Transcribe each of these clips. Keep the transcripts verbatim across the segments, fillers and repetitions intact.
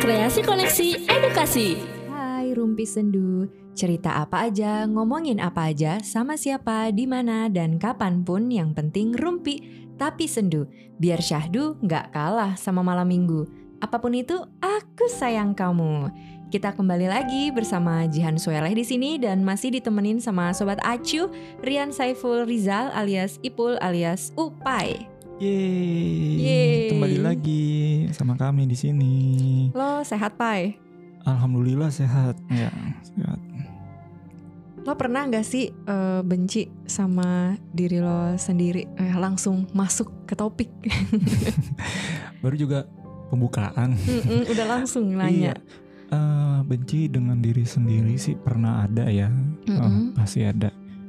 Kreasi Koneksi Edukasi. Hai Rumpi Sendu, cerita apa aja, ngomongin apa aja, sama siapa, di mana dan kapanpun, yang penting rumpi tapi sendu. Biar syahdu nggak kalah sama malam minggu. Apapun itu, aku sayang kamu. Kita kembali lagi bersama Jihan Sueleh di sini dan masih ditemenin sama Sobat Acu, Rian Saiful Rizal alias Ipul alias Upai. Yeay, Yeay. Kembali lagi sama kami di sini. Lo sehat, Pai? Alhamdulillah sehat. Ya, sehat. Lo pernah gak sih uh, benci sama diri lo sendiri? Eh, langsung masuk ke topik. Baru juga pembukaan. Mm-mm, udah langsung nanya. Iya. Uh, benci dengan diri sendiri sih pernah ada ya. Oh, pasti ada.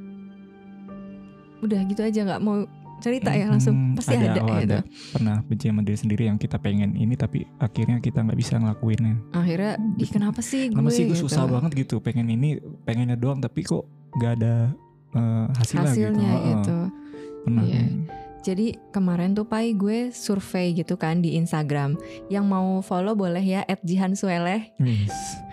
Udah gitu aja, nggak mau cerita ya, langsung Hmm, pasti ada, ada, oh, gitu. ada. Pernah benci sama diri sendiri yang kita pengen ini tapi akhirnya kita nggak bisa ngelakuinnya. Akhirnya, ih kenapa sih gue? Kenapa sih gue gitu. susah banget gitu pengen ini, pengennya doang tapi kok nggak ada uh, hasilnya, hasilnya gitu. gitu. Uh, pernah. Iya. Jadi kemarin tuh Pai gue survei gitu kan di Instagram. Yang mau follow boleh ya at Jihan Sueleh. Yes.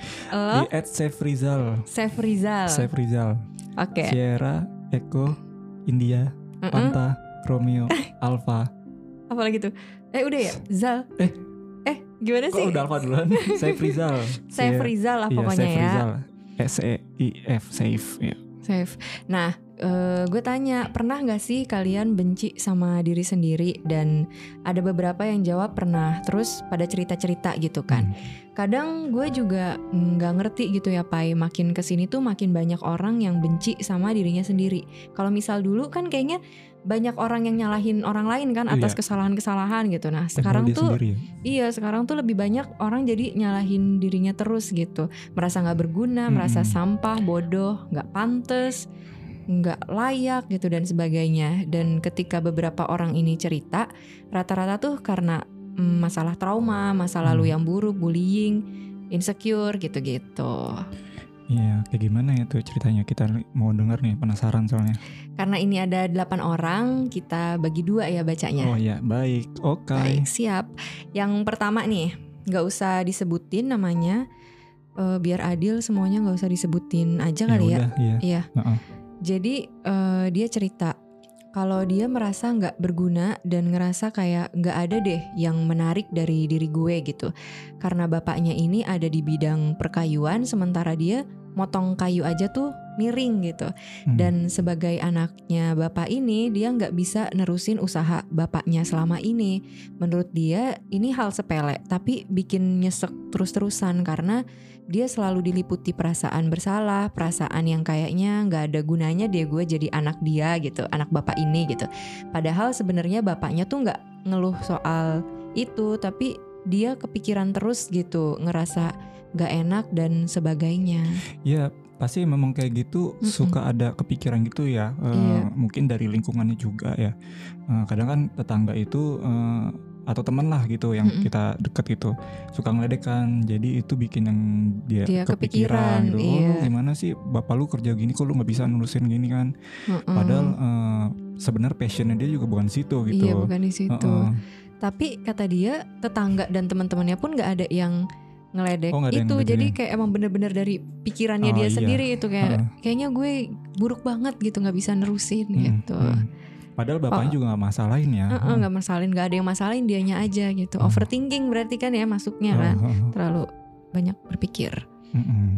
Lo Di at Saif Rizal. Saif Rizal. Saif Rizal. Oke. Sierra, Eko, India, Mm-mm. Panta, Romeo, Alpha. Apa lagi tuh? Eh udah ya, Zal. Eh. Eh gimana Kok sih? udah Alpha duluan? Saif Rizal. Saif Rizal lah Iya, pokoknya Saif ya. Rizal. S E I F Saif. Ya. Safe. Nah, uh, gue tanya, pernah gak sih kalian benci sama diri sendiri? Dan ada beberapa yang jawab pernah. Terus pada cerita-cerita gitu kan. Hmm. Kadang gue juga gak ngerti gitu ya Pai. Makin kesini tuh makin banyak orang yang benci sama dirinya sendiri. Kalau misal dulu kan kayaknya banyak orang yang nyalahin orang lain kan atas Iya. kesalahan-kesalahan gitu. Nah Padahal sekarang dia tuh sendiri. iya sekarang tuh lebih banyak orang jadi nyalahin dirinya terus gitu. Merasa gak berguna, Mm-mm. merasa sampah, bodoh, gak pantes, gak layak gitu dan sebagainya. Dan ketika beberapa orang ini cerita, rata-rata tuh karena mm, masalah trauma, masa lalu Hmm. yang buruk, bullying, insecure gitu-gitu. Iya, kayak gimana ya tuh ceritanya? Kita mau denger nih, penasaran soalnya. Karena ini ada delapan orang, kita bagi dua ya bacanya. Oh iya, baik. Oke. Baik, siap. Yang pertama nih, gak usah disebutin namanya, uh, biar adil semuanya gak usah disebutin aja kali ya. Udah, iya. Iya. Uh-uh. Jadi uh, dia cerita kalau dia merasa gak berguna dan ngerasa kayak gak ada deh yang menarik dari diri gue gitu. Karena bapaknya ini ada di bidang perkayuan, sementara dia motong kayu aja tuh miring gitu. Hmm. Dan sebagai anaknya bapak ini, dia gak bisa nerusin usaha bapaknya selama ini. Menurut dia ini hal sepele, tapi bikin nyesek terus-terusan karena dia selalu diliputi perasaan bersalah, perasaan yang kayaknya gak ada gunanya deh gue jadi anak dia gitu, anak bapak ini gitu. Padahal sebenarnya bapaknya tuh gak ngeluh soal itu, tapi dia kepikiran terus gitu, ngerasa gak enak dan sebagainya. Ya pasti memang kayak gitu. Mm-mm. Suka ada kepikiran gitu ya. uh, Iya. Mungkin dari lingkungannya juga ya. uh, Kadang kan tetangga itu uh, atau teman lah gitu yang Mm-mm. kita deket gitu suka ngeledekkan. Jadi itu bikin yang dia, Dia kepikiran, kepikiran, gitu. iya. Oh gimana sih bapak lu kerja gini kok lu gak bisa nurusin gini kan. Mm-mm. Padahal uh, sebenarnya passionnya dia juga bukan situ gitu. Iya bukan di situ. Uh-uh. Tapi kata dia tetangga dan teman-temannya pun gak ada yang ngeledek Oh, nggak ada yang itu. ngeledek. Jadi kayak emang bener-bener dari pikirannya Oh, dia iya. sendiri itu kayak Uh-uh. kayaknya gue buruk banget gitu, nggak bisa nerusin Hmm, gitu. hmm. Padahal bapaknya Oh. juga gak masalahin ya. Uh-uh, nggak masalahin, nggak ada yang masalahin, dianya aja gitu. Oh. Overthinking berarti kan ya masuknya kan, Uh, uh, uh. terlalu banyak berpikir. Mm-mm.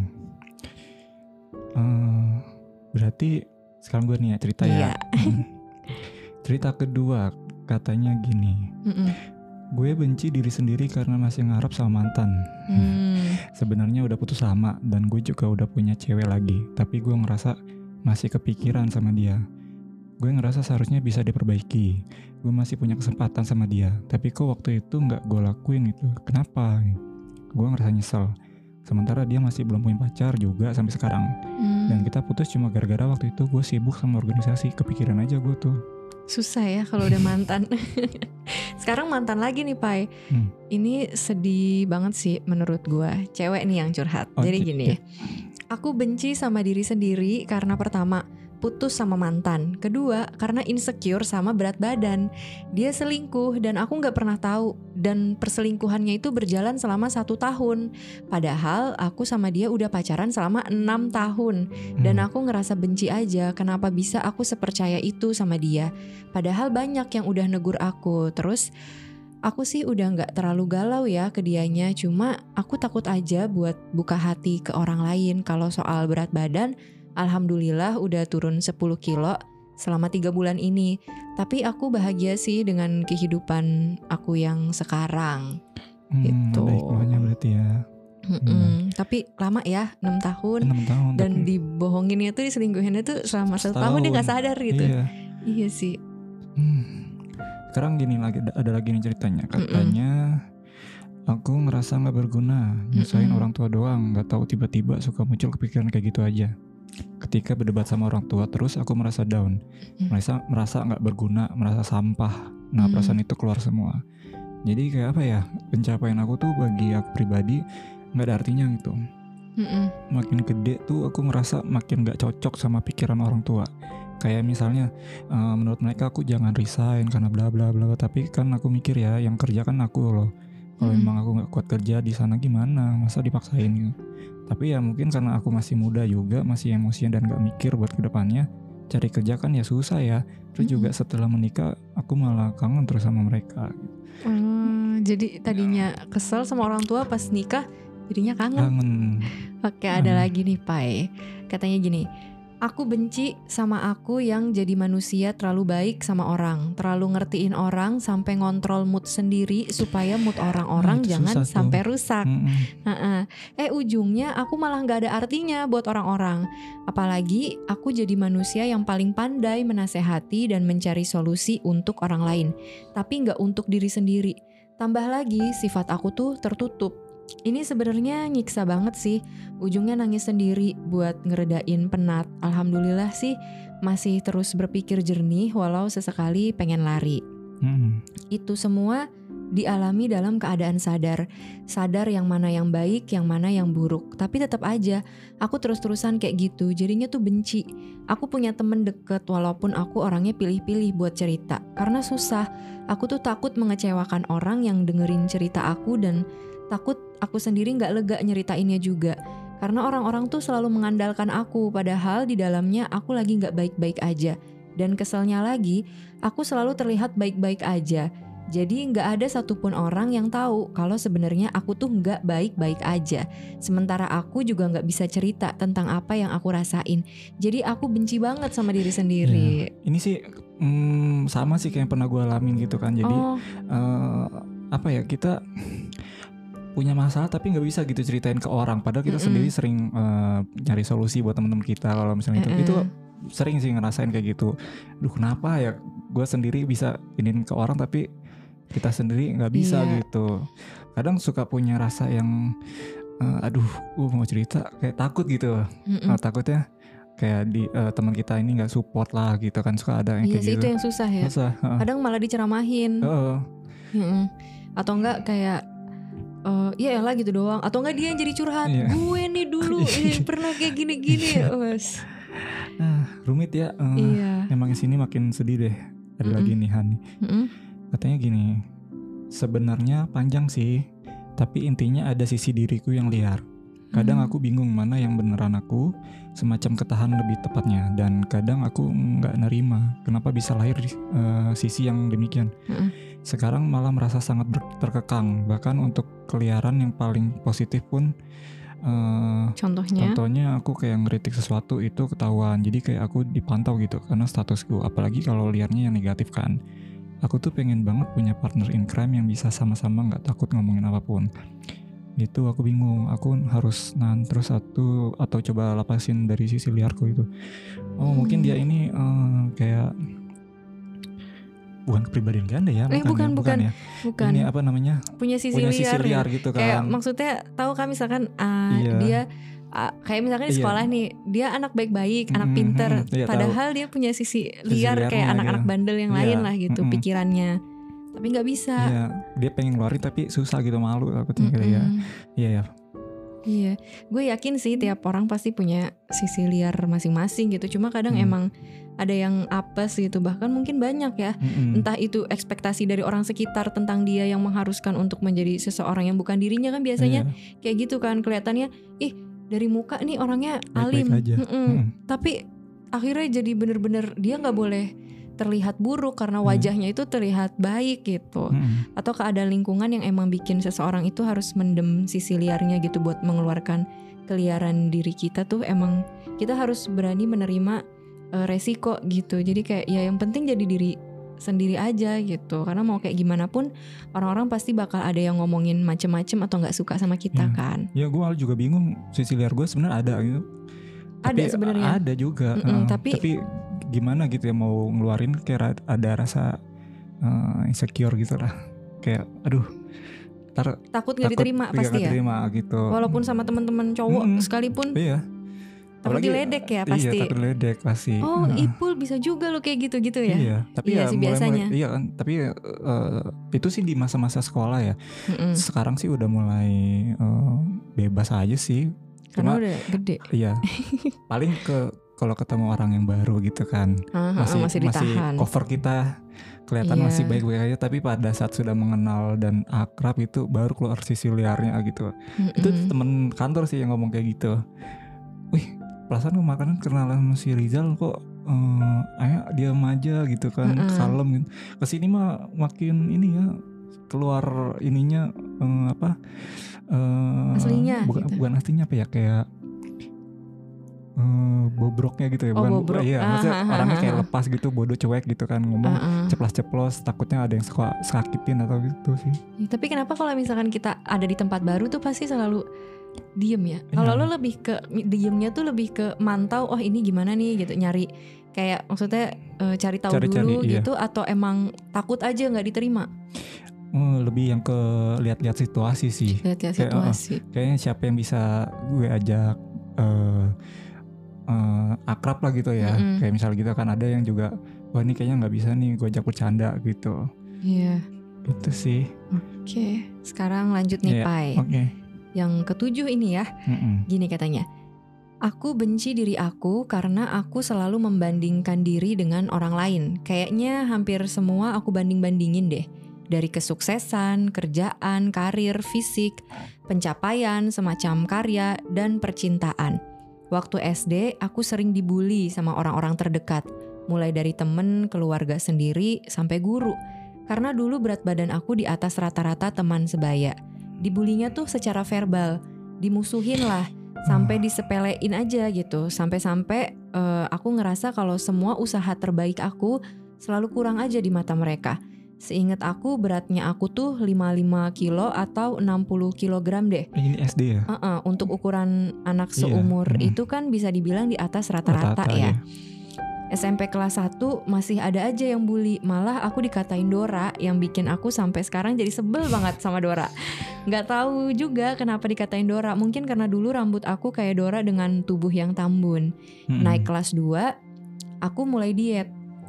Uh, berarti sekarang gue nih ya cerita Iya. ya. Mm. Cerita kedua katanya gini. Mm-mm. Gue benci diri sendiri karena masih ngarep sama mantan. Hmm. Sebenarnya udah putus sama dan gue juga udah punya cewek lagi. Tapi gue ngerasa masih kepikiran sama dia. Gue ngerasa seharusnya bisa diperbaiki. Gue masih punya kesempatan sama dia. Tapi kok waktu itu gak gue lakuin itu. Kenapa? Gue ngerasa nyesel. Sementara dia masih belum punya pacar juga sampai sekarang. Hmm. Dan kita putus cuma gara-gara waktu itu gue sibuk sama organisasi. Kepikiran aja gue tuh. Susah ya kalau udah mantan. Sekarang mantan lagi nih Pai. Hmm. Ini sedih banget sih menurut gue. Cewek nih yang curhat. Oh, Jadi c- gini, aku benci sama diri sendiri karena pertama, putus sama mantan. Kedua, karena insecure sama berat badan. Dia selingkuh dan aku gak pernah tahu. Dan perselingkuhannya itu berjalan selama satu tahun. Padahal aku sama dia udah pacaran selama enam tahun. Dan Hmm. aku ngerasa benci aja kenapa bisa aku sepercaya itu sama dia. Padahal banyak yang udah negur aku. Terus aku sih udah gak terlalu galau ya ke dianya. Cuma aku takut aja buat buka hati ke orang lain. Kalau soal berat badan, alhamdulillah udah turun sepuluh kilo selama tiga bulan ini. Tapi aku bahagia sih dengan kehidupan aku yang sekarang. Hmm, Gitu. ada hikmahnya berarti ya. Mm-mm. Tapi lama ya, enam tahun. enam tahun Dan tapi dibohonginnya tuh, diselingkuhinnya tuh selama satu tahun dia gak sadar gitu. Iya. Iya sih. Hmm. Sekarang gini lagi, ada, ada lagi nih ceritanya. Katanya aku ngerasa nggak berguna, nyusahin Mm-mm. orang tua doang. Nggak tahu tiba-tiba suka muncul kepikiran kayak gitu aja. Ketika berdebat sama orang tua terus aku merasa down, Mm. merasa merasa nggak berguna, merasa sampah. Nah Mm. perasaan itu keluar semua. Jadi kayak apa ya? Pencapaian aku tuh bagi aku pribadi nggak ada artinya gitu. Mm-mm. Makin gede tuh aku ngerasa makin nggak cocok sama pikiran orang tua. Kayak misalnya uh, menurut mereka aku jangan resign karena bla bla bla, tapi kan aku mikir ya yang kerja kan aku loh. Kalau Mm. emang aku nggak kuat kerja di sana gimana, masa dipaksain gitu. Tapi ya mungkin karena aku masih muda juga, masih emosian dan nggak mikir buat kedepannya. Cari kerja kan ya susah ya. Terus Mm-mm. juga setelah menikah aku malah kangen terus sama mereka. Hmm, jadi tadinya kesel sama orang tua, pas nikah jadinya kangen. Kangen. Oke, ada Hmm. lagi nih Pai. Katanya gini, aku benci sama aku yang jadi manusia terlalu baik sama orang, terlalu ngertiin orang sampai ngontrol mood sendiri supaya mood orang-orang Nah, itu jangan susah tuh. sampai rusak. Mm-mm. Heeh. Eh ujungnya aku malah gak ada artinya buat orang-orang. Apalagi aku jadi manusia yang paling pandai menasehati dan mencari solusi untuk orang lain, tapi gak untuk diri sendiri. Tambah lagi sifat aku tuh tertutup. Ini sebenarnya nyiksa banget sih. Ujungnya nangis sendiri buat ngeredain penat. Alhamdulillah sih masih terus berpikir jernih walau sesekali pengen lari. Mm-mm. Itu semua dialami dalam keadaan sadar. Sadar yang mana yang baik, yang mana yang buruk. Tapi tetap aja aku terus-terusan kayak gitu. Jadinya tuh benci. Aku punya temen deket walaupun aku orangnya pilih-pilih buat cerita. Karena susah. Aku tuh takut mengecewakan orang yang dengerin cerita aku, dan takut aku sendiri gak lega nyeritainnya juga. Karena orang-orang tuh selalu mengandalkan aku, padahal di dalamnya aku lagi gak baik-baik aja. Dan keselnya lagi, aku selalu terlihat baik-baik aja. Jadi gak ada satupun orang yang tahu kalau sebenarnya aku tuh gak baik-baik aja. Sementara aku juga gak bisa cerita tentang apa yang aku rasain. Jadi aku benci banget sama diri sendiri. Ya, ini sih mm, sama sih kayak yang pernah gue alamin gitu kan. Jadi Oh, eh, apa ya, kita punya masalah tapi nggak bisa gitu ceritain ke orang, padahal kita Mm-mm. sendiri sering eh, nyari solusi buat teman-teman kita. Kalau misalnya itu Mm-mm. itu sering sih ngerasain kayak gitu. Duh, kenapa ya gue sendiri bisa iniin ke orang tapi kita sendiri nggak bisa Iya. gitu. Kadang suka punya rasa yang eh, aduh gue mau cerita kayak takut gitu. mm-mm. Eh, takutnya kayak di eh, teman kita ini nggak support lah gitu kan, suka ada yang Iya kayak sih, gitu. itu yang susah ya. Masa, heeh. Kadang malah diceramahin. Heeh. Mm-mm. Atau enggak kayak eh ya elah gitu doang. Atau enggak dia yang jadi curhat. Iya. Gue nih dulu yang pernah kayak gini-gini. Wes. Ah, rumit ya. eh, Iya. Emang sini makin sedih deh. Ada Mm-mm. lagi nih Han. Mm-mm. Katanya gini, sebenarnya panjang sih, tapi intinya ada sisi diriku yang liar. Kadang Hmm. aku bingung mana yang beneran aku, semacam ketahan lebih tepatnya. Dan kadang aku nggak nerima kenapa bisa lahir eh, sisi yang demikian. Mm-mm. Sekarang malah merasa sangat ber- terkekang. Bahkan untuk keliaran yang paling positif pun eh, Contohnya. contohnya aku kayak ngeritik sesuatu itu ketahuan. Jadi kayak aku dipantau gitu karena statusku. Apalagi kalau liarnya yang negatif kan. Aku tuh pengen banget punya partner in crime yang bisa sama-sama gak takut ngomongin apapun. Gitu aku bingung. Aku harus nahan terus satu atau coba lepasin dari sisi liarku itu. Oh Hmm. mungkin dia ini eh, kayak bukan kepribadian ganda ya. Eh, bukan, ya, bukan. ya. Bukan. Ini apa namanya? Punya sisi Punya liar. sisi ya. liar gitu kan. Kayak maksudnya tahu kan misalkan ah, Iya. dia ah, kayak misalkan di Iya. sekolah nih, dia anak baik-baik, anak Mm-mm, pinter, mm-mm. Iya, padahal dia punya sisi liar liarnya kayak anak-anak gitu. bandel yang Iya, lain lah gitu mm-mm. pikirannya. Tapi nggak bisa. Iya, dia pengen ngeluarin tapi susah gitu, malu takutnya kali ya. Mm-mm. Iya ya. Iya, gue yakin sih tiap orang pasti punya sisi liar masing-masing gitu. Cuma kadang Hmm. emang ada yang apes gitu, bahkan mungkin banyak ya. Mm-mm. Entah itu ekspektasi dari orang sekitar tentang dia yang mengharuskan untuk menjadi seseorang yang bukan dirinya kan biasanya Iya, kayak gitu kan, kelihatannya ih dari muka nih orangnya baik-baik alim, aja. Mm-mm. Mm-mm. tapi akhirnya jadi bener-bener dia nggak boleh terlihat buruk karena Iya. wajahnya itu terlihat baik gitu. Mm-mm. Atau keadaan lingkungan yang emang bikin seseorang itu harus mendem sisi liarnya gitu buat mengeluarkan keliaran diri kita tuh emang kita harus berani menerima uh, resiko gitu. Jadi kayak ya yang penting jadi diri sendiri aja gitu. Karena mau kayak gimana pun orang-orang pasti bakal ada yang ngomongin macem-macem atau nggak suka sama kita Iya. kan. Ya gue malah juga bingung sisi liar gue sebenarnya ada gitu. Ada Tapi sebenarnya. Ada juga. Mm-mm, uh, tapi- tapi gimana gitu ya mau ngeluarin kayak ra- ada rasa uh, insecure gitu lah. Kayak aduh. Ntar Takut nggak takut diterima nggak pasti ya. diterima gitu. Walaupun sama teman-teman cowok Mm-mm. sekalipun Iya. takut diledek ya pasti. Iya takut diledek pasti. Oh, Nah, Ipul bisa juga lo kayak gitu-gitu ya. Iya, tapi Iya ya sih, mulai-mulai biasanya. iya kan, tapi uh, itu sih di masa-masa sekolah ya. Mm-mm. Sekarang sih udah mulai uh, bebas aja sih. Karena Cuma udah gede. iya. Paling ke kalau ketemu orang yang baru gitu kan. Ah, ah, Masih masih masih ditahan. cover kita kelihatan Iya. masih baik-baik aja, tapi pada saat sudah mengenal dan akrab itu baru keluar sisi liarnya gitu. Itu Mm-mm. temen kantor sih yang ngomong kayak gitu. Wih, perasaan kemarin kenalan sama si Rizal kok eh ayo diam aja gitu kan, Mm-mm. kalem gitu. Kesini mah makin ini ya keluar ininya eh, apa? eh, Aslinya bukan gitu. bukan aslinya apa ya kayak eh, bobroknya gitu ya, Oh, bukan bobrok. iya, Ah, maksudnya ah, ah, orangnya ah, kayak ah. lepas gitu, bodoh cuek gitu kan, ngomong Ah, ah. ceplas-ceplos, takutnya ada yang suka sakitin atau gitu sih. Ya, tapi kenapa kalau misalkan kita ada di tempat baru tuh pasti selalu diem ya? Kalau Iya. lo lebih ke diemnya tuh lebih ke mantau, oh ini gimana nih gitu, nyari kayak maksudnya eh, cari tahu Cari-cari, dulu iya. gitu, atau emang takut aja nggak diterima? Eh, lebih yang ke lihat-lihat situasi sih. Lihat-lihat Kayak, uh-uh. situasi. Kayaknya siapa yang bisa gue ajak eh eh, akrab lah gitu ya. Mm-mm. Kayak misalnya gitu kan ada yang juga, wah ini kayaknya nggak bisa nih gue ajak bercanda gitu. Iya. Itu sih. Oke, sekarang lanjut nih Iya, Pai. Oke. Yang ketujuh ini ya. Mm-mm. Gini katanya, aku benci diri aku karena aku selalu membandingkan diri dengan orang lain. Kayaknya hampir semua aku banding-bandingin deh. Dari kesuksesan, kerjaan, karir, fisik, pencapaian, semacam karya, dan percintaan. Waktu S D, aku sering dibully sama orang-orang terdekat. Mulai dari temen, keluarga sendiri, sampai guru. Karena dulu berat badan aku di atas rata-rata teman sebaya. Dibulinya tuh secara verbal, dimusuhin lah, sampai disepelein aja gitu. Sampai-sampai eh, aku ngerasa kalau semua usaha terbaik aku selalu kurang aja di mata mereka. Seingat aku beratnya aku tuh lima puluh lima kilo atau enam puluh kilogram deh. Ini S D ya. Uh-uh, untuk ukuran anak Iya, seumur mm. itu kan bisa dibilang di atas rata-rata Rata-rata, ya. ya. S M P kelas satu masih ada aja yang bully. Malah aku dikatain Dora, yang bikin aku sampai sekarang jadi sebel banget sama Dora. Nggak tahu juga kenapa dikatain Dora. Mungkin karena dulu rambut aku kayak Dora dengan tubuh yang tambun. Mm-mm. Naik kelas dua, aku mulai diet.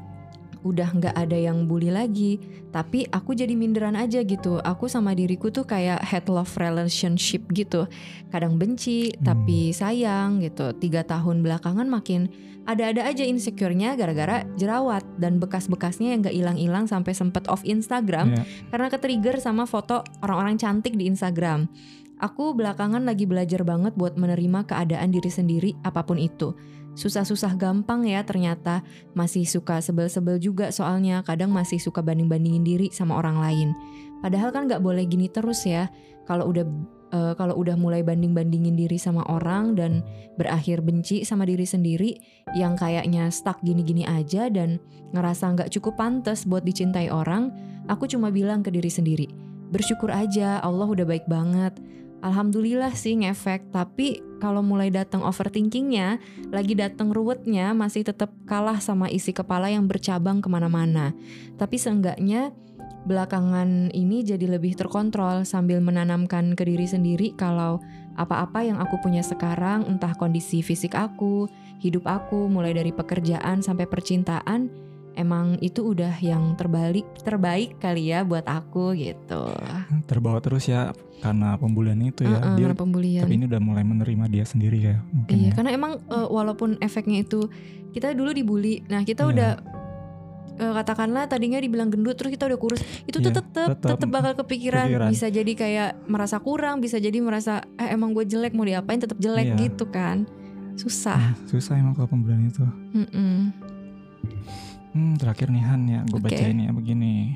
Udah nggak ada yang bully lagi, tapi aku jadi minderan aja gitu. Aku sama diriku tuh kayak hate love relationship gitu. Kadang benci, Hmm. tapi sayang gitu. Tiga tahun belakangan makin ada-ada aja insecure-nya gara-gara jerawat dan bekas-bekasnya yang nggak hilang-hilang sampai sempet off Instagram Iya. karena ketrigger sama foto orang-orang cantik di Instagram. Aku belakangan lagi belajar banget buat menerima keadaan diri sendiri apapun itu. Susah-susah gampang ya ternyata. Masih suka sebel-sebel juga soalnya. Kadang masih suka banding-bandingin diri sama orang lain. Padahal kan gak boleh gini terus ya. Kalau udah uh, kalau udah mulai banding-bandingin diri sama orang dan berakhir benci sama diri sendiri, yang kayaknya stuck gini-gini aja dan ngerasa gak cukup pantas buat dicintai orang, aku cuma bilang ke diri sendiri, bersyukur aja, Allah udah baik banget. Alhamdulillah sih ngefek, tapi kalau mulai datang overthinkingnya, lagi datang ruwetnya masih tetap kalah sama isi kepala yang bercabang kemana-mana. Tapi seenggaknya belakangan ini jadi lebih terkontrol sambil menanamkan ke diri sendiri kalau apa-apa yang aku punya sekarang, entah kondisi fisik aku, hidup aku, mulai dari pekerjaan sampai percintaan, emang itu udah yang terbalik terbaik kali ya buat aku gitu. Terbawa terus ya karena pembulian itu ya. Uh-uh, Dia pembulian. tapi ini udah mulai menerima dia sendiri ya mungkin Iya, ya. karena emang uh, walaupun efeknya itu kita dulu dibully. Nah, kita Iya. udah uh, katakanlah tadinya dibilang gendut terus kita udah kurus. Itu Iya, tuh tetep tetep tetep bakal kepikiran. kepikiran. Bisa jadi kayak merasa kurang, bisa jadi merasa eh emang gue jelek, mau diapain tetep jelek Iya. gitu kan. Susah. Nah, susah emang kalau pembulian itu. Mm-mm. Hmm, terakhir nih Han ya, gue Oke. bacain ya begini.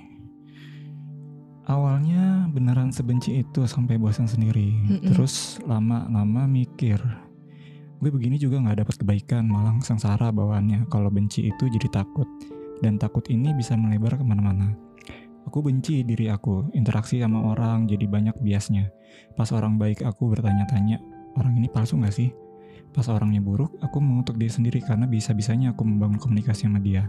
Awalnya beneran sebenci itu sampai bosan sendiri. Mm-mm. Terus lama-lama mikir, gue begini juga nggak dapat kebaikan, malah sengsara bawaannya. Kalau benci itu jadi takut, dan takut ini bisa melebar kemana-mana. Aku benci diri aku, interaksi sama orang jadi banyak biasnya. Pas orang baik aku bertanya-tanya, orang ini palsu nggak sih? Pas orangnya buruk, aku mengutuk diri sendiri karena bisa-bisanya aku membangun komunikasi sama dia.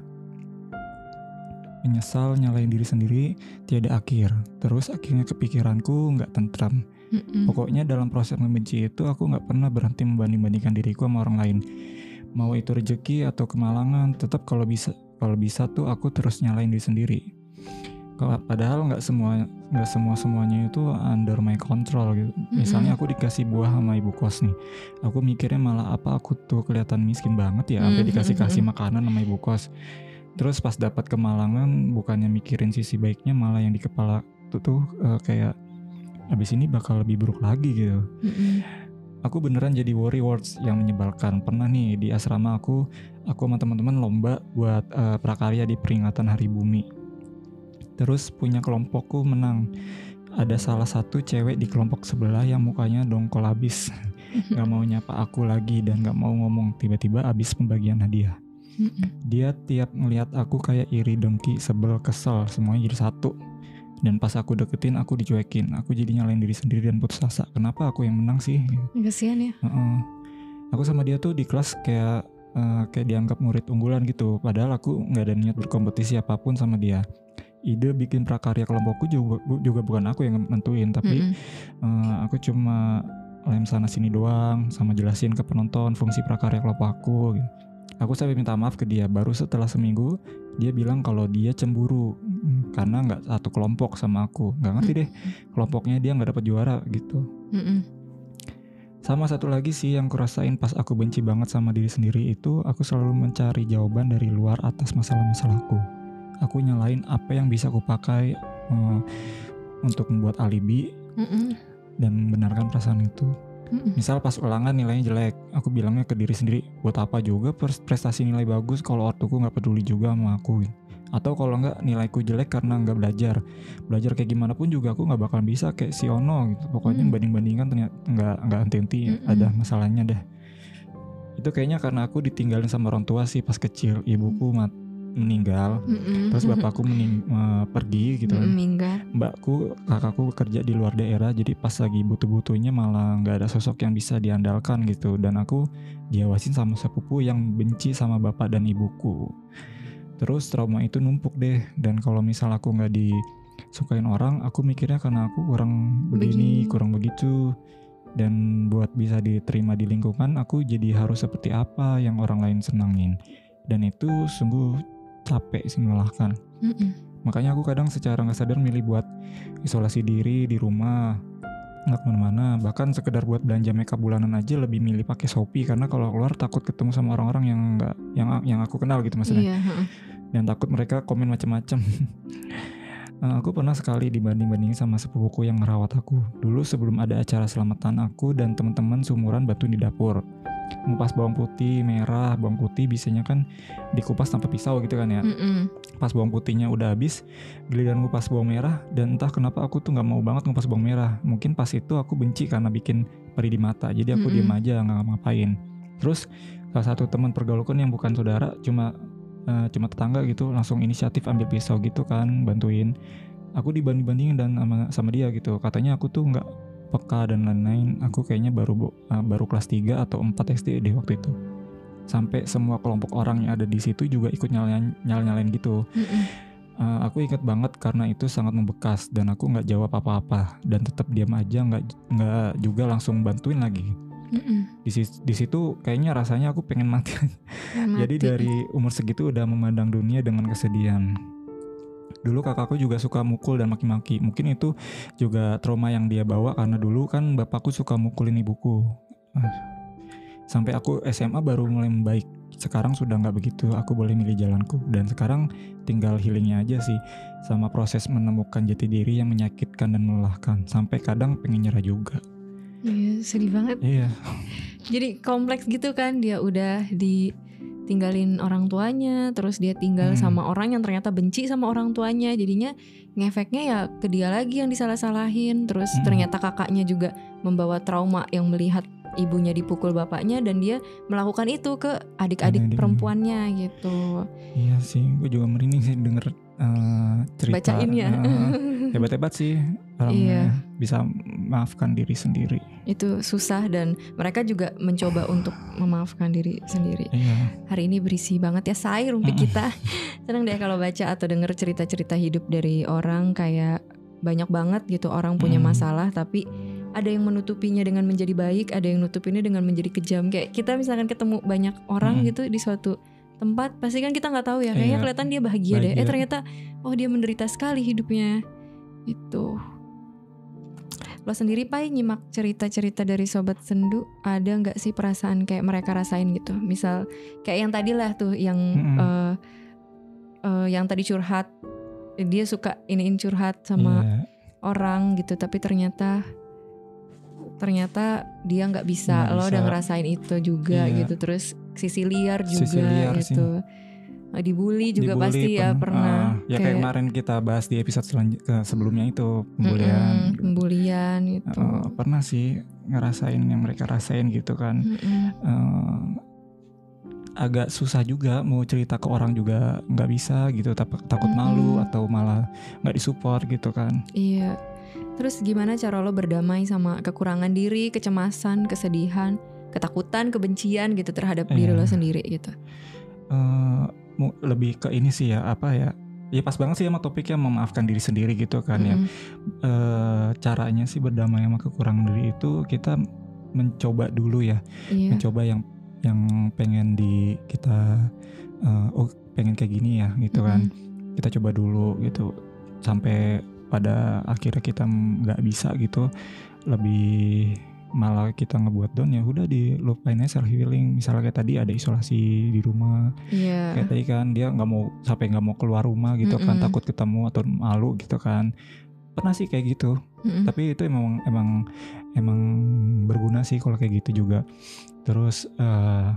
Menyesal nyalain diri sendiri tiada akhir. Terus akhirnya kepikiranku nggak tentram. Mm-mm. Pokoknya dalam proses membenci itu aku nggak pernah berhenti membanding-bandingkan diriku sama orang lain. Mau itu rezeki atau kemalangan, tetap kalau bisa kalau bisa tuh aku terus nyalain diri sendiri. Kalau- Padahal nggak semua nggak semua semuanya itu under my control gitu. Misalnya aku dikasih buah sama ibu kos nih, aku mikirnya malah apa aku tuh kelihatan miskin banget ya, sampai Mm, dikasih mm, kasih mm. makanan sama ibu kos. Terus pas dapat kemalangan, bukannya mikirin sisi baiknya, malah yang di kepala tuh tuh eh, kayak abis ini bakal lebih buruk lagi gitu. Mm-mm. Aku beneran jadi worry words yang menyebalkan. Pernah nih di asrama aku, aku sama teman-teman lomba buat eh, prakarya di peringatan Hari Bumi. Terus punya kelompokku menang. Ada salah satu cewek di kelompok sebelah yang mukanya dongkol abis, gak mau nyapa aku lagi dan gak mau ngomong. Tiba-tiba abis pembagian hadiah. Mm-mm. Dia tiap ngeliat aku kayak iri, dengki, sebel, kesel, semuanya jadi satu. Dan pas aku deketin, aku dicuekin. Aku jadi nyalain diri sendiri dan putus asa. Kenapa aku yang menang sih? Kasian ya. Heeh. Aku sama dia tuh di kelas kayak eh, kayak dianggap murid unggulan gitu. Padahal aku nggak ada niat berkompetisi apapun sama dia. Ide bikin prakarya kelompokku juga, bu- juga bukan aku yang nentuin, tapi Mm-mm. eh, aku cuma lem sana sini doang, sama jelasin ke penonton fungsi prakarya kelompok aku. Gitu. Aku sampai minta maaf ke dia. Baru setelah seminggu dia bilang kalau dia cemburu mm, karena nggak satu kelompok sama aku. Nggak ngerti deh, kelompoknya dia nggak dapat juara gitu. Mm-mm. Sama satu lagi sih yang kurasain pas aku benci banget sama diri sendiri itu, aku selalu mencari jawaban dari luar atas masalah-masalahku. Aku nyalain apa yang bisa aku pakai eh, untuk membuat alibi Mm-mm. dan membenarkan perasaan itu. Mm-mm. Misal pas ulangan nilainya jelek, aku bilangnya ke diri sendiri, buat apa juga pres- prestasi nilai bagus kalau ortuku nggak peduli juga sama aku. Atau kalau nggak nilaiku jelek karena nggak belajar. Belajar kayak gimana pun juga aku nggak bakal bisa kayak si Ono gitu. Pokoknya Hmm. banding-bandingkan ternyata nggak nggak henti-henti, Mm-mm. ada masalahnya dah. Itu kayaknya karena aku ditinggalin sama orang tua sih pas kecil. Ibuku mat- meninggal, Mm-mm. terus bapakku mening- eh, pergi gitu kan. Mm-mm, minggat. Mbakku, kakakku kerja di luar daerah, jadi pas lagi butuh-butuhnya malah nggak ada sosok yang bisa diandalkan gitu. Dan aku diawasin sama sepupu yang benci sama bapak dan ibuku. Terus trauma itu numpuk deh. Dan kalau misal aku nggak disukain orang, aku mikirnya karena aku kurang begini, Begini. kurang begitu. Dan buat bisa diterima di lingkungan, aku jadi harus seperti apa yang orang lain senangin. Dan itu sungguh capek sih, melelahkan. Mm-mm. Makanya aku kadang secara nggak sadar milih buat isolasi diri di rumah, nggak kemana-mana. Bahkan sekedar buat belanja makeup bulanan aja lebih milih pakai Shopee, karena kalau keluar takut ketemu sama orang-orang yang nggak yang yang aku kenal gitu maksudnya. Iya. heeh. Dan takut mereka komen macam-macam. Eh, aku pernah sekali dibanding-bandingin sama sepupuku yang ngerawat aku. Dulu sebelum ada acara selamatan, aku dan teman-teman seumuran bantu di dapur. Ngupas bawang putih, merah, bawang putih biasanya kan dikupas tanpa pisau gitu kan ya. Mm-mm. Pas bawang putihnya udah habis, giliran ngupas bawang merah, dan entah kenapa aku tuh nggak mau banget ngupas bawang merah. Mungkin pas itu aku benci karena bikin perih di mata, jadi aku Mm-mm. diem aja nggak ngapain. Terus salah satu teman pergaulan yang bukan saudara, cuma eh, cuma tetangga gitu, langsung inisiatif ambil pisau gitu kan, bantuin. Aku dibanding-bandingin dan sama, sama dia gitu. Katanya aku tuh nggak peka dan lain-lain. Aku kayaknya baru bo- eh, baru kelas tiga atau empat S D deh waktu itu. Sampai semua kelompok orang yang ada di situ juga ikut nyalain nyalain gitu. Mm-mm. Uh, aku ingat banget karena itu sangat membekas, dan aku nggak jawab apa-apa dan tetap diam aja, nggak nggak juga langsung bantuin lagi. Mm-mm. Di, sis- di situ kayaknya rasanya aku pengen mati. Mati. Jadi dari umur segitu udah memandang dunia dengan kesedihan. Dulu kakakku juga suka mukul dan maki-maki. Mungkin itu juga trauma yang dia bawa karena dulu kan bapakku suka mukulin ibuku. Sampai aku S M A baru mulai membaik. Sekarang sudah nggak begitu. Aku boleh milih jalanku. Dan sekarang tinggal healingnya aja sih. Sama proses menemukan jati diri yang menyakitkan dan melelahkan. Sampai kadang pengen nyerah juga. Iya, sedih banget. Iya. Jadi kompleks gitu kan, dia udah ditinggalin orang tuanya, terus dia tinggal Hmm. sama orang yang ternyata benci sama orang tuanya, jadinya ngefeknya ya ke dia lagi yang disalah-salahin. Terus Hmm. ternyata kakaknya juga membawa trauma yang melihat ibunya dipukul bapaknya, dan dia melakukan itu ke adik-adik Adik-adik. perempuannya gitu. Iya sih, gue juga merinding sih denger uh, cerita. Bacainnya. Uh, hebat-hebat sih orang Iya. bisa maafkan diri sendiri. Itu susah, dan mereka juga mencoba untuk memaafkan diri sendiri. Iya. Hari ini berisi banget ya say rumpi Mm-mm. kita. Seneng deh kalau baca atau denger cerita-cerita hidup dari orang, kayak banyak banget gitu orang punya Mm. masalah, tapi ada yang menutupinya dengan menjadi baik, ada yang nutupinnya dengan menjadi kejam. Kayak kita misalkan ketemu banyak orang Mm. gitu di suatu tempat, pasti kan kita nggak tahu ya, kayaknya Iya, kelihatan dia bahagia, deh. Eh bahagia. ternyata oh dia menderita sekali hidupnya. Itu. Lo sendiri Pai nyimak cerita-cerita dari Sobat Sendu, ada nggak sih perasaan kayak mereka rasain gitu? Misal kayak yang tadi lah tuh yang Mm-mm. eh, eh, yang tadi curhat, dia suka iniin curhat sama Iya. orang gitu, tapi ternyata ternyata dia nggak bisa. Nggak Lo bisa. udah ngerasain itu juga Iya. gitu. Terus sisi liar juga Sisi liar sih. gitu. Eh, Dibully juga Dibully, pasti ya pen- pernah. uh, ya kayak kemarin kita bahas di episode selanj- ke- sebelumnya itu pembulian. Mm-mm, pembulian gitu. Uh, pernah sih ngerasain yang mereka rasain gitu kan. Mm-mm. Uh, agak susah juga mau cerita ke orang juga nggak bisa gitu, tak- takut malu Mm-mm. atau malah nggak disupport gitu kan. Iya. Terus gimana cara lo berdamai sama kekurangan diri, kecemasan, kesedihan, ketakutan, kebencian gitu terhadap diri Iya. lo sendiri gitu? Uh, mu- lebih ke ini sih ya, apa ya? Ya pas banget sih sama topiknya memaafkan diri sendiri gitu kan ya. Mm-mm. Uh, caranya sih berdamai sama kekurangan diri itu kita mencoba dulu ya, Iya. mencoba yang yang pengen di kita uh, oh pengen kayak gini ya gitu kan. Mm-mm. Kita coba dulu gitu sampai pada akhirnya kita nggak bisa gitu, lebih malah kita ngebuat down, ya udah dilupain aja, self healing. Misalnya kayak tadi ada isolasi di rumah, Iya. kayak tadi kan dia nggak mau sampai nggak mau keluar rumah gitu kan, Mm-mm. takut ketemu atau malu gitu kan. Pernah sih kayak gitu, Mm-mm. tapi itu emang emang emang berguna sih kalau kayak gitu juga. Terus uh,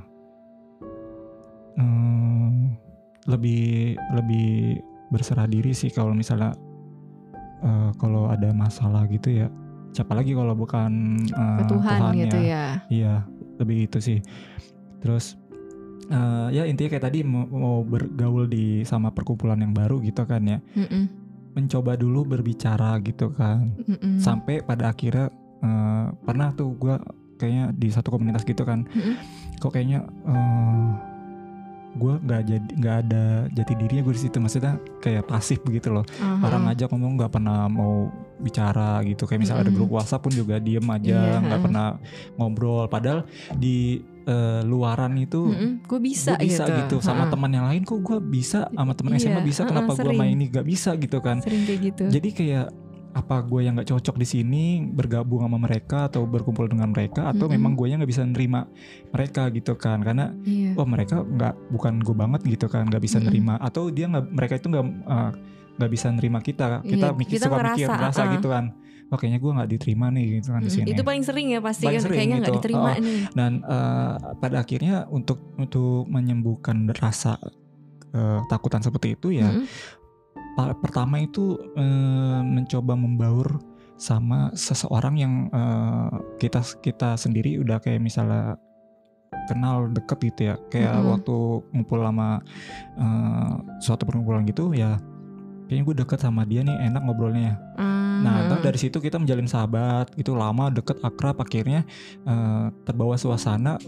um, lebih lebih berserah diri sih kalau misalnya uh, kalau ada masalah gitu ya. Siapa lagi kalau bukan uh, Ke Tuhan Tuhannya. gitu ya. Iya, lebih itu sih. Terus uh, ya intinya kayak tadi mau, mau bergaul di sama perkumpulan yang baru gitu kan ya. Mm-mm. Mencoba dulu berbicara gitu kan. Mm-mm. Sampai pada akhirnya uh, pernah tuh gue kayaknya di satu komunitas gitu kan. Mm-mm. Kok kayaknya uh, gue nggak jadi nggak ada jati dirinya gue di situ, maksudnya kayak pasif begitu loh. Aha. Orang ngajak ngomong nggak pernah mau bicara gitu, kayak misalnya ada Mm-mm. grup WhatsApp pun juga diem aja, Iya. nggak pernah ngobrol. Padahal di uh, luaran itu Gue bisa, gue bisa gitu, sama Ha-ha. teman yang lain kok gue bisa, sama teman S M A Iya, bisa, ha-ha, kenapa gue sering. sama ini nggak bisa gitu kan. Sering kayak gitu. Jadi kayak apa gue yang nggak cocok di sini bergabung sama mereka atau berkumpul dengan mereka, atau Mm-mm. memang gue yang nggak bisa nerima mereka gitu kan, karena Iya. wah mereka nggak, bukan gue banget gitu kan, nggak bisa Mm-mm. nerima, atau dia nggak, mereka itu nggak uh, nggak bisa nerima kita, kita Iya, mikir kita suka ngerasa, mikir ngerasa uh. gitu kan, wah kayaknya gue nggak diterima nih gitu kan di Mm-mm. sini. Itu paling sering ya pasti Paling kan, sering kayaknya nggak gitu. diterima Oh. nih. Dan uh, pada akhirnya untuk untuk menyembuhkan rasa uh, takutan seperti itu ya, Mm-mm. pa- pertama itu uh, mencoba membaur sama seseorang yang uh, kita kita sendiri udah kayak misalnya kenal deket gitu ya, kayak Mm-mm. waktu ngumpul sama uh, suatu perkumpulan gitu ya, kayaknya gue deket sama dia nih, enak ngobrolnya. Ah. Nah, ntar dari situ kita menjalin sahabat gitu, lama, deket, akrab, akhirnya uh, terbawa suasana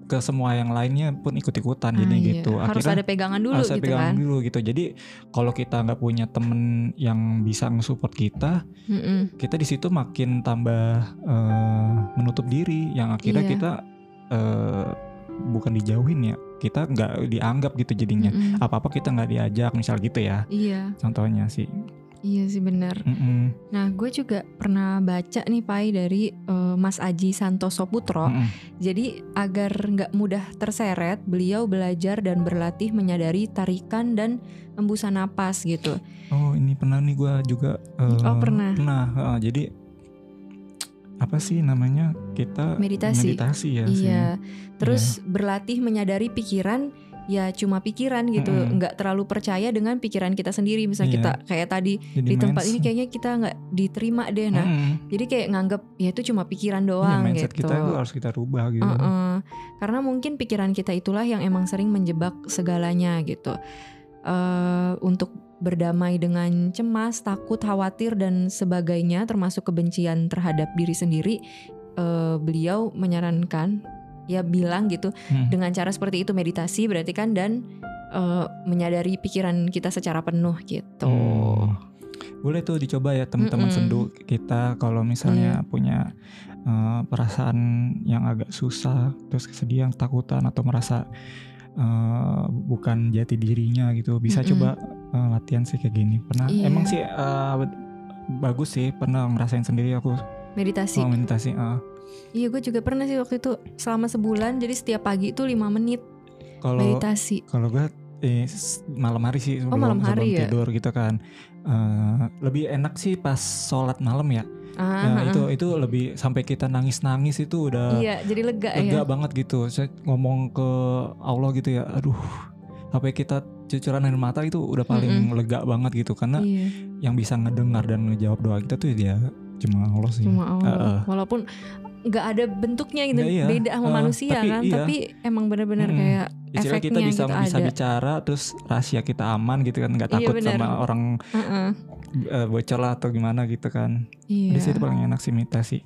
ke semua yang lainnya pun ikut-ikutan. Ah, Jadi iya. gitu. Harus Akhirnya ada pegangan dulu harus ada gitu pegangan kan. dulu gitu. Jadi kalau kita nggak punya temen yang bisa nge-support kita, Mm-mm. kita di situ makin tambah eh, menutup diri, yang akhirnya Iya. kita eh, bukan dijauhin ya, kita nggak dianggap gitu jadinya. Mm-mm. Apa-apa kita nggak diajak, misal gitu ya. Iya, Contohnya sih. iya sih benar. Mm-mm. Nah, gue juga pernah baca nih Pai dari eh, Mas Aji Santoso Putro. Mm-mm. Jadi agar nggak mudah terseret, beliau belajar dan berlatih menyadari tarikan dan embusan napas gitu. Oh ini pernah nih gue juga. eh, Oh, pernah. Pernah. eh, jadi apa sih namanya, kita Meditasi. meditasi ya sih. Iya. Terus berlatih menyadari pikiran, ya cuma pikiran gitu, Mm-mm. nggak terlalu percaya dengan pikiran kita sendiri. Misal Iya. kita kayak tadi Jadi di tempat mindset- ini kayaknya kita nggak diterima deh. Nah, Mm-mm. jadi kayak nganggep ya itu cuma pikiran Iya, doang mindset gitu. kita itu harus kita rubah gitu. Uh-uh. Karena mungkin pikiran kita itulah yang emang sering menjebak segalanya gitu. Eh, untuk berdamai dengan cemas, takut, khawatir dan sebagainya, termasuk kebencian terhadap diri sendiri, eh, beliau menyarankan, ya bilang gitu, Hmm. dengan cara seperti itu meditasi berarti kan, dan eh, menyadari pikiran kita secara penuh gitu. Hmm. Boleh tuh dicoba ya teman-teman Mm-mm. sendu kita, kalau misalnya Iya. punya eh, perasaan yang agak susah, terus kesedihan, takutan, atau merasa eh, bukan jati dirinya gitu, bisa Mm-mm. coba eh, latihan sih kayak gini. Pernah Iya. emang sih eh, bagus sih, pernah ngerasain sendiri aku Meditasi. oh, meditasi. eh. Iya, gue juga pernah sih waktu itu selama sebulan. Jadi setiap pagi itu lima menit Kalau meditasi. kalau gue eh, s- malam hari sih sebelum, malam hari sebelum ya? tidur gitu kan. Eh, lebih enak sih pas sholat malam ya. Ah, Nah, itu itu lebih sampai kita nangis-nangis itu udah iya, jadi lega, lega ya. banget gitu. Saya ngomong ke Allah gitu ya, aduh, sampai kita cucuran air mata itu udah paling Mm-mm. lega banget gitu, karena Iya, yang bisa ngedengar dan ngejawab doa kita tuh ya cuma Allah sih. cuma Allah. Heeh. Walaupun nggak ada bentuknya gitu, Nggak, iya. beda sama Eh, manusia tapi kan, iya. tapi emang benar-benar Mm-mm. kayak Istilah kita efeknya bisa gitu bisa ada. bicara, terus rahasia kita aman gitu kan, nggak Iya, takut benar. sama orang Heeh. eh, bocor lah atau gimana gitu kan. Iya. Di situ paling enak sih meditasi.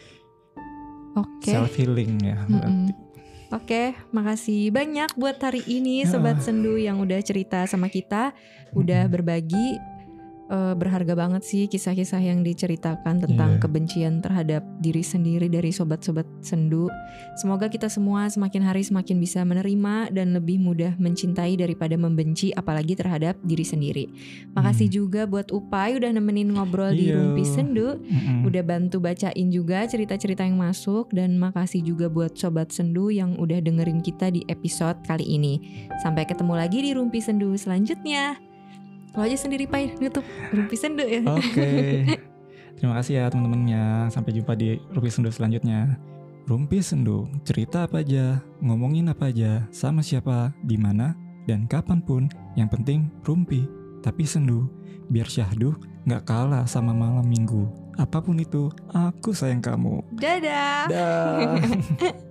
Oke. Self healing ya. berarti. Oke, makasih banyak buat hari ini Ya. Sobat Sendu yang udah cerita sama kita, udah Mm-mm. berbagi. Eh, berharga banget sih kisah-kisah yang diceritakan tentang Iya. kebencian terhadap diri sendiri dari sobat-sobat sendu. Semoga kita semua semakin hari semakin bisa menerima dan lebih mudah mencintai daripada membenci, apalagi terhadap diri sendiri. Makasih Hmm. juga buat Upai udah nemenin ngobrol di Iya. Rumpi Sendu, Mm-mm. udah bantu bacain juga cerita-cerita yang masuk, dan makasih juga buat sobat sendu yang udah dengerin kita di episode kali ini. Sampai ketemu lagi di Rumpi Sendu selanjutnya. Lo aja sendiri Pai nutup Rumpi Sendu ya. Oke. Terima kasih ya teman-temannya. Sampai jumpa di Rumpi Sendu selanjutnya. Rumpi Sendu, cerita apa aja, ngomongin apa aja, sama siapa, di mana, dan kapanpun. Yang penting rumpi, tapi sendu. Biar syahdu gak kalah sama malam minggu. Apapun itu, aku sayang kamu. Dadah. Dah.